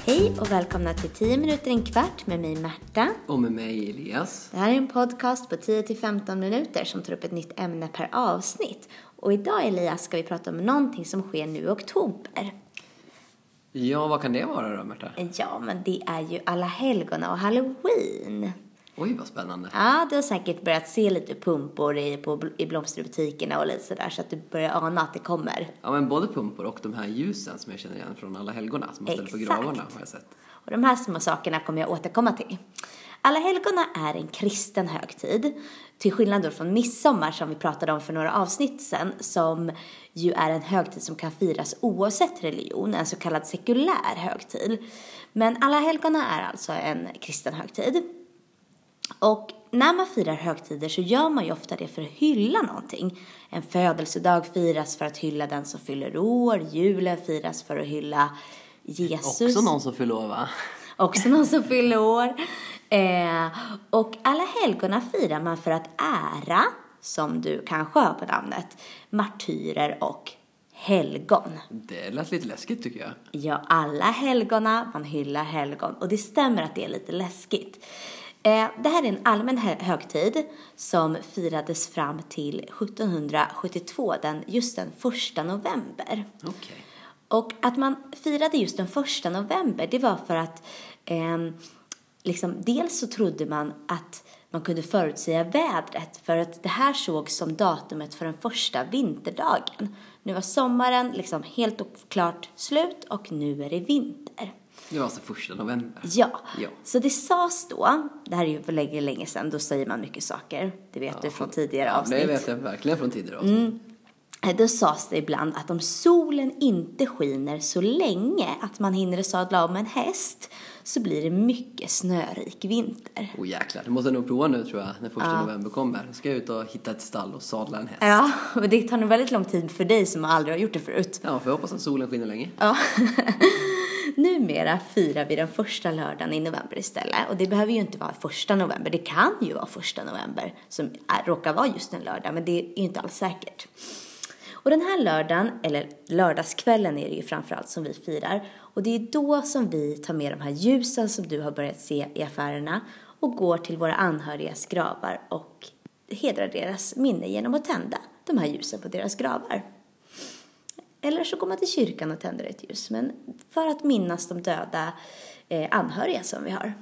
Hej och välkomna till 10 minuter en kvart med mig Märta. Och med mig Elias. Det här är en podcast på 10-15 minuter som tar upp ett nytt ämne per avsnitt. Och idag Elias ska vi prata om någonting som sker nu i oktober. Ja, vad kan det vara då Märta? Ja, men det är ju alla helgona och Halloween. Oj, vad spännande. Ja, du har säkert börjat se lite pumpor i blomsterbutikerna och lite sådär så att du börjar ana att det kommer. Ja, men både pumpor och de här ljusen som jag känner igen från alla helgona som man ställer på gravarna har jag sett. Och de här små sakerna kommer jag återkomma till. Alla helgona är en kristen högtid. Till skillnad då från midsommar som vi pratade om för några avsnitt sedan. Som ju är en högtid som kan firas oavsett religion. En så kallad sekulär högtid. Men alla helgona är alltså en kristen högtid. Och när man firar högtider så gör man ju ofta det för att hylla någonting. En födelsedag firas för att hylla den som fyller år. Julen firas för att hylla Jesus. Också någon som fyller år, va? Också någon som fyller år. Och alla helgona firar man för att ära, som du kanske hör på namnet, martyrer och helgon. Det lät lite läskigt tycker jag. Ja, alla helgona, man hyllar helgon. Och det stämmer att det är lite läskigt. Det här är en allmän högtid som firades fram till 1772, just den 1 november. Okej. Och att man firade just den 1 november, det var för att dels så trodde man att man kunde förutsäga vädret. För att det här sågs som datumet för den första vinterdagen. Nu var sommaren liksom helt och klart slut och nu är det vinter. Det var alltså 1 november. Ja, så det sades då, det här är ju för länge sedan, då säger man mycket saker. Det vet du från tidigare avsnitt. Det vet jag verkligen från tidigare avsnitt. Då sades det ibland att om solen inte skiner så länge att man hinner sadla om en häst så blir det mycket snörik vinter. Åh jäklar, det måste jag nog prova nu tror jag när 1 november kommer. Jag ska ut och hitta ett stall och sadla en häst. Ja, och det tar nog väldigt lång tid för dig som aldrig har gjort det förut. Ja, för jag hoppas att solen skiner länge. Ja. Numera firar vi den första lördagen i november istället. Och det behöver ju inte vara 1 november. Det kan ju vara 1 november som råkar vara just en lördag. Men det är ju inte alls säkert. Och den här lördagen, eller lördagskvällen är det ju framförallt som vi firar. Och det är då som vi tar med de här ljusen som du har börjat se i affärerna. Och går till våra anhörigas gravar och hedrar deras minne genom att tända de här ljusen på deras gravar. Eller så går man till kyrkan och tänder ett ljus. Men för att minnas de döda anhöriga som vi har.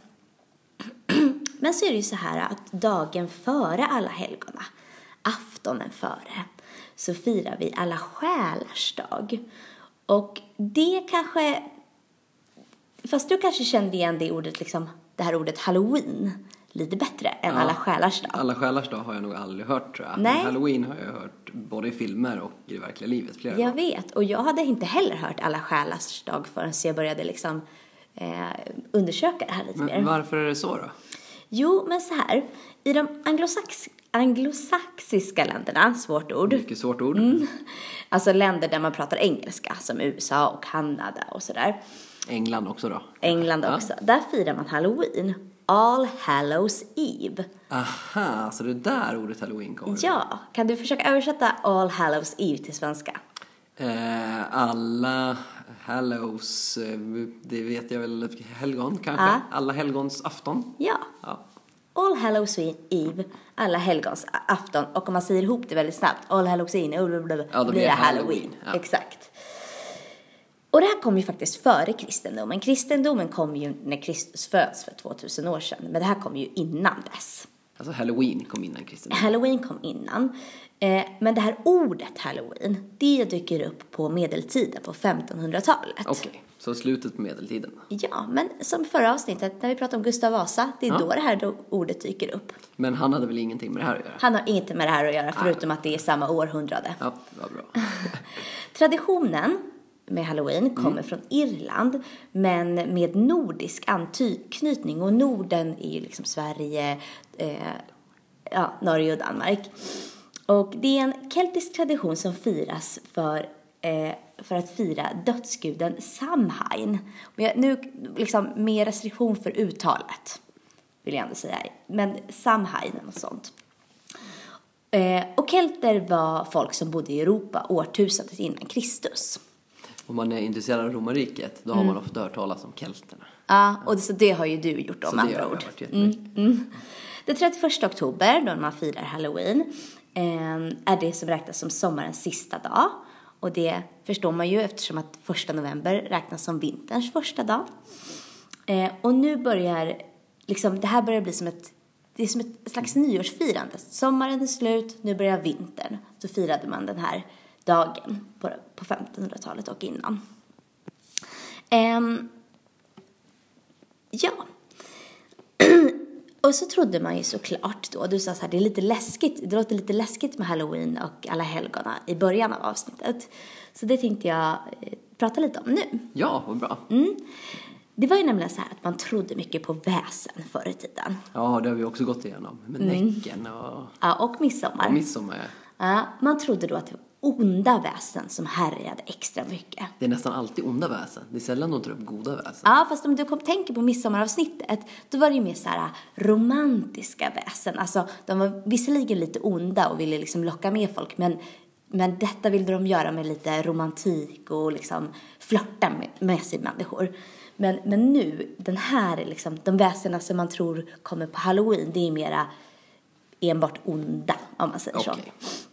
Men så är det ju så här att dagen före alla helgona, aftonen före, så firar vi alla själars dag. Och det kanske, fast du kanske kände igen det ordet, liksom, det här ordet Halloween lite bättre än alla själars dag. Alla själars dag har jag nog aldrig hört tror jag. Nej. Halloween har jag hört både i filmer och i det verkliga livet flera gånger. Jag vet, och jag hade inte heller hört alla själars dag förrän jag började liksom undersöka det här lite mer. Men varför är det så då? Jo, men så här, i de anglosaxiska länderna, svårt ord. Mycket svårt ord. Alltså länder där man pratar engelska, som USA och Kanada och sådär. England också då? England också. Där firar man Halloween. All Hallows Eve. Aha, så det där ordet Halloween kommer. Ja, kan du försöka översätta All Hallows Eve till svenska? Alla Hallows, det vet jag väl, helgon kanske? Alla helgons afton? Ja. All Hallows Eve, alla helgons afton. Och om man säger ihop det väldigt snabbt, All Hallows Eve, då blir det Halloween. Ja. Exakt. Och det här kom ju faktiskt före kristendomen. Kristendomen kom ju när Kristus föds för 2000 år sedan. Men det här kom ju innan dess. Alltså Halloween kom innan kristendomen. Halloween kom innan. Men det här ordet Halloween, det dyker upp på medeltiden, på 1500-talet. Okej, så slutet på medeltiden. Ja, men som förra avsnittet när vi pratade om Gustav Vasa, det är då det här ordet dyker upp. Men han hade väl ingenting med det här att göra? Han har inget med det här att göra, förutom att det är samma århundrade. Ja, det var bra. Traditionen med Halloween kommer från Irland, men med nordisk anknytning. Och Norden är ju liksom Sverige, Norge och Danmark. Och det är en keltisk tradition som firas för att fira dödsguden Samhain. Nu liksom med restriktion för uttalet, vill jag ändå säga. Men Samhain och sånt. Och kelter var folk som bodde i Europa årtusendet innan Kristus. Om man är intresserad av romarriket, då har man ofta hört talas om kelterna. Ja, och så det har ju du gjort om andra ord. Den 31 oktober, då man firar Halloween, är det som räknas som sommarens sista dag. Och det förstår man ju eftersom att 1 november räknas som vinterns första dag. Och nu börjar, liksom, det här börjar bli som ett slags nyårsfirande. Sommaren är slut, nu börjar vintern. Så firade man den här dagen på 1500-talet och innan. Ja. Och så trodde man ju såklart då, du sa så här, det är lite läskigt, det låter lite läskigt med Halloween och alla helgona i början av avsnittet. Så det tänkte jag prata lite om nu. Ja, vad bra. Det var ju nämligen så här att man trodde mycket på väsen förr i tiden. Ja, det har vi också gått igenom. Med Näcken och... Ja, och midsommar. Och midsommar, ja. Man trodde då att det var onda väsen som härjade extra mycket. Det är nästan alltid onda väsen. Det är sällan de tar upp goda väsen. Ja, fast om du tänker på midsommaravsnittet, då var det ju mer så här romantiska väsen. Alltså, de var visserligen lite onda och ville liksom locka med folk, men detta ville de göra med lite romantik och liksom flörta med sig människor. Men nu, den här liksom, de väsena som man tror kommer på Halloween, det är mera enbart onda, om man säger så.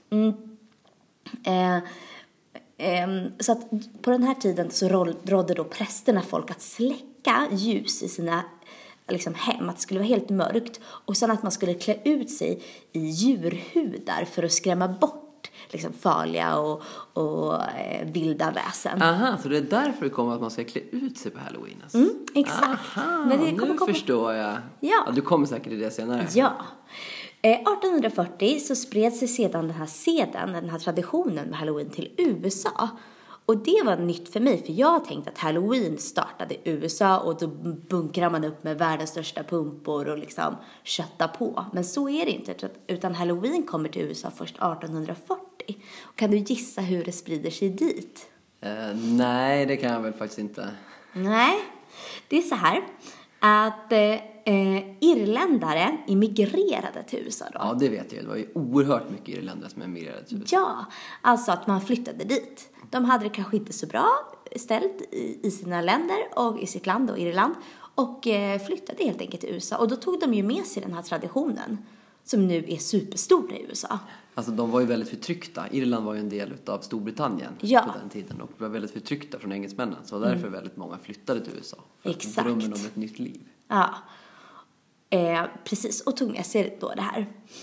Så att på den här tiden så rådde då prästerna folk att släcka ljus i sina liksom hem, att det skulle vara helt mörkt, och sen att man skulle klä ut sig i djurhudar för att skrämma bort liksom farliga och vilda väsen. Aha, så det är därför det kommer att man ska klä ut sig på Halloween alltså. Exakt. Aha, men det nu förstår jag. Ja, du kommer säkert till det senare. Ja. 1840 så spred sig sedan den här traditionen med Halloween till USA. Och det var nytt för mig, för jag tänkte att Halloween startade i USA och då bunkrar man upp med världens största pumpor och liksom köttar på. Men så är det inte, utan Halloween kommer till USA först 1840. Och kan du gissa hur det sprider sig dit? Nej, det kan jag väl faktiskt inte. Nej, det är så här att irländare immigrerade till USA då. Ja, det vet jag. Det var ju oerhört mycket irländare som emigrerade till USA. Ja, alltså att man flyttade dit. De hade det kanske inte så bra ställt i sina länder och i sitt land och Irland, och flyttade helt enkelt till USA. Och då tog de ju med sig den här traditionen som nu är superstor i USA. Alltså de var ju väldigt förtryckta. Irland var ju en del av Storbritannien på den tiden och var väldigt förtryckta från engelsmännen. Så därför väldigt många flyttade till USA. För drömmen om ett nytt liv. Ja, precis. Och tog med sig då det här.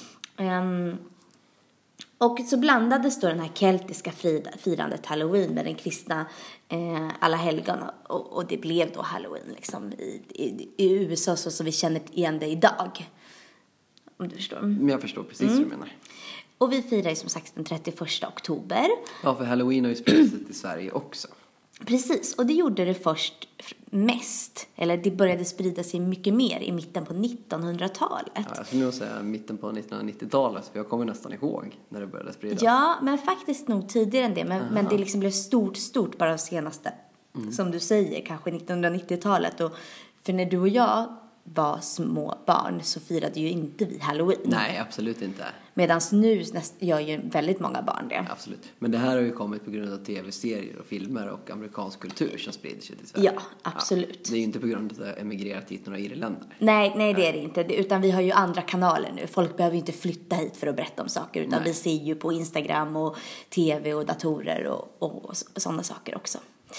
Och så blandades då den här keltiska firandet Halloween med den kristna alla helgon, och det blev då Halloween liksom i USA så som vi känner igen det idag. Om du förstår. Men jag förstår precis vad du menar. Och vi firar ju som sagt den 31 oktober. Ja, för Halloween har ju spridit sig till Sverige också. Precis, och det gjorde det först mest, eller det började sprida sig mycket mer i mitten på 1900-talet. Ja, jag skulle nog säga mitten på 1990-talet, för jag kommer nästan ihåg när det började spridas. Ja, men faktiskt nog tidigare än det, men det liksom blev stort bara de senaste, som du säger, kanske 1990-talet. Och för när du och jag var små barn så firade ju inte vi Halloween. Nej, absolut inte. Medan nu gör ju väldigt många barn det. Absolut. Men det här har ju kommit på grund av tv-serier och filmer och amerikansk kultur som sprider sig till Sverige. Ja, absolut. Ja, det är ju inte på grund av att det har emigrerat hit några irländare. Nej, det är det inte. Utan vi har ju andra kanaler nu. Folk behöver ju inte flytta hit för att berätta om saker. Utan vi ser ju på Instagram och tv och datorer och sådana saker också.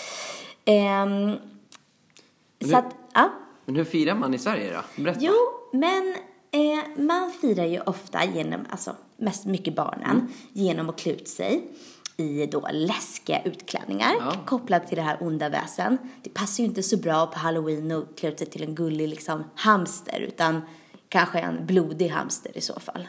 Så att, ja. Men hur firar man i Sverige då? Berätta. Jo, men man firar ju ofta genom, alltså mest mycket barnen, genom att klä ut sig i då läskiga utklädningar kopplat till det här onda väsen. Det passar ju inte så bra på Halloween att klä ut sig till en gullig liksom hamster, utan kanske en blodig hamster i så fall.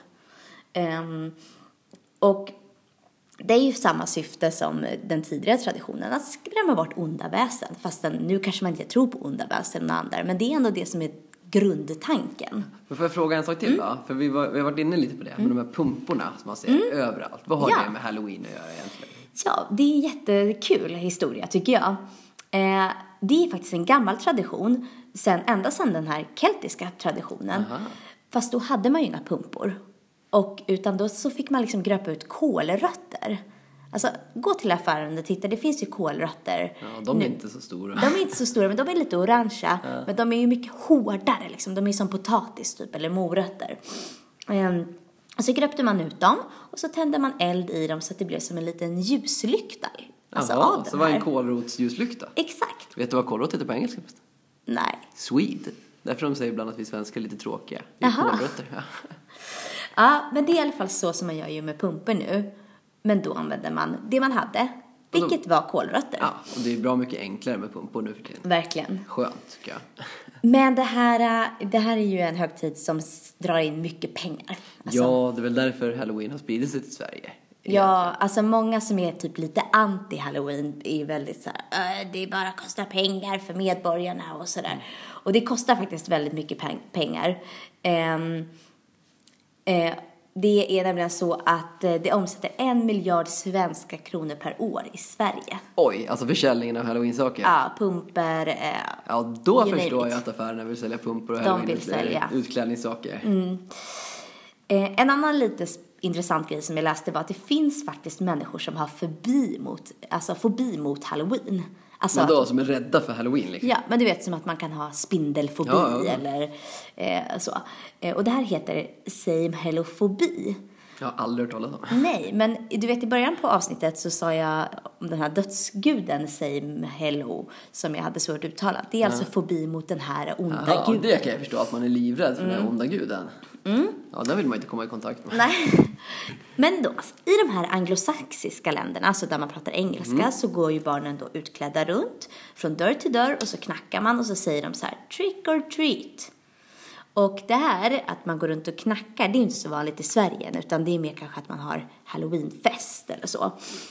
Och det är ju samma syfte som den tidigare traditionen, att skrämma bort onda väsen. Fast nu kanske man inte tror på onda väsen och andra, men det är ändå det som är grundtanken. Men får jag fråga en sak till då? För vi har varit inne lite på det, med de här pumporna som man ser överallt. Vad har det med Halloween att göra egentligen? Ja, det är en jättekul historia tycker jag. Det är faktiskt en gammal tradition, ända sedan den här keltiska traditionen. Aha. Fast då hade man ju inga pumpor. Utan då så fick man liksom gröpa ut kolrötter. Alltså, gå till affären och titta. Det finns ju kålrötter. Ja, de är inte så stora. De är inte så stora, men de är lite orangea. Ja. Men de är ju mycket hårdare, liksom. De är som potatis, typ, eller morötter. Och så gröpte man ut dem. Och så tände man eld i dem så att det blev som en liten ljuslykta. Alltså, jaha, så var det en kålrotsljusslykta? Exakt. Vet du vad kålrot heter på engelska? Nej. Swede. Därför de säger ibland att vi svenskar är lite tråkiga. Det är kålrötter. Ja, men det är i alla fall så som man gör ju med pumper nu. Men då använde man det man hade, vilket var kålrötter. Ja, och det är bra mycket enklare med pumpor nu för tiden. Verkligen. Skönt, tycker jag. Men det här är ju en högtid som drar in mycket pengar. Alltså, ja, det är väl därför Halloween har spridit sig till Sverige. Ja, alltså många som är typ lite anti-Halloween är väldigt så här, det bara kostar pengar för medborgarna och sådär. Och det kostar faktiskt väldigt mycket pengar. Det är nämligen så att det omsätter 1 miljard svenska kronor per år i Sverige. Oj, alltså försäljningen av Halloween-saker. Ja, pumper. Ja, då förstår jag att affärerna vill sälja pumpor och utklädningssaker. En annan lite intressant grej som jag läste var att det finns faktiskt människor som har fobi mot Halloween. Alltså, men då som är rädda för Halloween liksom. Ja, men du vet som att man kan ha spindelfobi eller så. Och det här heter Samhällofobi. Jag har aldrig hört talas om. Nej, men du vet i början på avsnittet så sa jag om den här dödsguden Samhällo som jag hade svårt uttalat. Det är alltså fobi mot den här onda guden. Det kan jag förstå, att man är livrädd för den här onda guden. Ja, där vill man inte komma i kontakt med. Nej. Men då, i de här anglosaxiska länderna, alltså där man pratar engelska, så går ju barnen då utklädda runt från dörr till dörr och så knackar man och så säger de så här, trick or treat. Och det här att man går runt och knackar, det är inte så vanligt i Sverige, utan det är mer kanske att man har Halloweenfest eller så.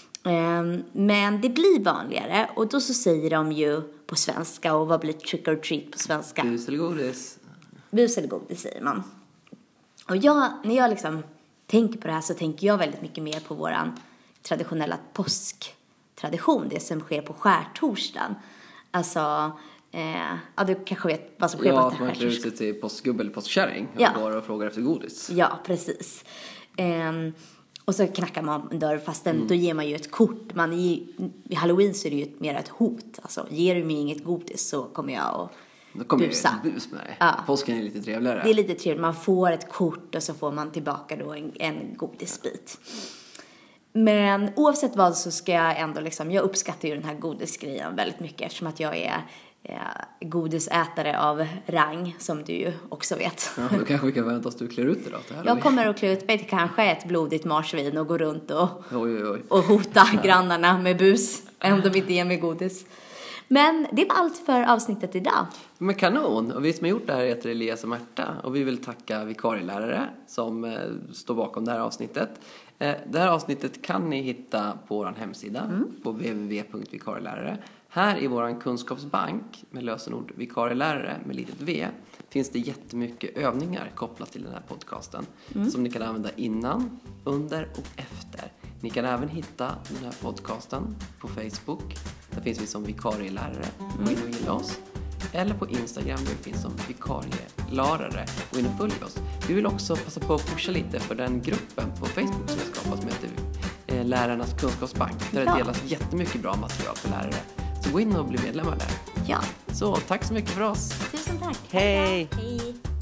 Men det blir vanligare och då så säger de ju på svenska, och vad blir trick or treat på svenska? Bus eller godis. Bus eller godis säger man. Och när jag liksom tänker på det här så tänker jag väldigt mycket mer på våran traditionella påsktradition, det som sker på skärtorsdagen. Alltså, du kanske vet vad som sker på skärtorsdagen. Ja, man klär ut sig till påskgubbe eller påskkärring och går och frågar efter godis. Ja, precis. Och så knackar man en dörr, fast då ger man ju ett kort. I Halloween så är det ju mer ett hot. Alltså, ger du mig inget godis så kommer jag att då kommer det ett bus med dig. Ja. Påsken är lite trevligare. Det är lite trevligt. Man får ett kort och så får man tillbaka då en godisbit. Men oavsett vad så ska jag ändå jag uppskattar ju den här godisgrejen väldigt mycket eftersom att jag är godisätare av rang, som du ju också vet. Ja, då kanske vi kan vänta oss att du klär ut dig då. Jag kommer att klä ut mig till kanske ett blodigt marsvin och gå runt och hota grannarna med bus om de inte ger mig godis. Men det var allt för avsnittet idag. Men kanon! Och vi som har gjort det här heter Elias och Märta. Och vi vill tacka vikarielärare som står bakom det här avsnittet. Det här avsnittet kan ni hitta på vår hemsida på www.vikarielärare. Här i vår kunskapsbank med lösenord vikarielärare med litet v finns det jättemycket övningar kopplat till den här podcasten som ni kan använda innan, under och efter. Ni kan även hitta den här podcasten på Facebook. Där finns vi som vikarielärare. Gå in och gilla oss. Eller på Instagram där vi finns som vikarielärare. Gå in och följ oss. Vi vill också passa på att pusha lite för den gruppen på Facebook som jag skapat som heter Lärarnas kunskapsbank. Där det delas jättemycket bra material för lärare. Så gå in och bli medlemmar där. Ja. Så tack så mycket för oss. Tusen tack. Hej. Hej.